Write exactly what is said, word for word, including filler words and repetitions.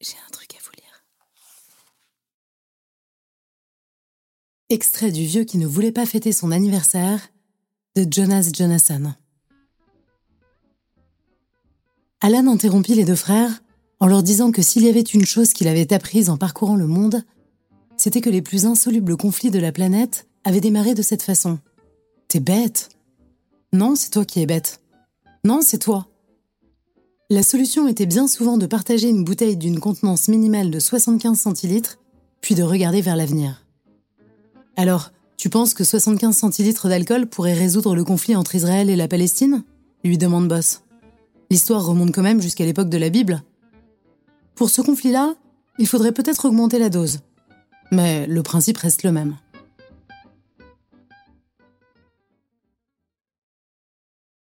J'ai un truc à vous lire. Extrait du vieux qui ne voulait pas fêter son anniversaire de Jonas Jonasson. Alan interrompit les deux frères en leur disant que s'il y avait une chose qu'il avait apprise en parcourant le monde, c'était que les plus insolubles conflits de la planète avaient démarré de cette façon. « T'es bête !»« Non, c'est toi qui es bête. »« Non, c'est toi. » La solution était bien souvent de partager une bouteille d'une contenance minimale de soixante-quinze centilitres, puis de regarder vers l'avenir. Alors, tu penses que soixante-quinze centilitres d'alcool pourraient résoudre le conflit entre Israël et la Palestine ? Lui demande Boss. L'histoire remonte quand même jusqu'à l'époque de la Bible. Pour ce conflit-là, il faudrait peut-être augmenter la dose. Mais le principe reste le même.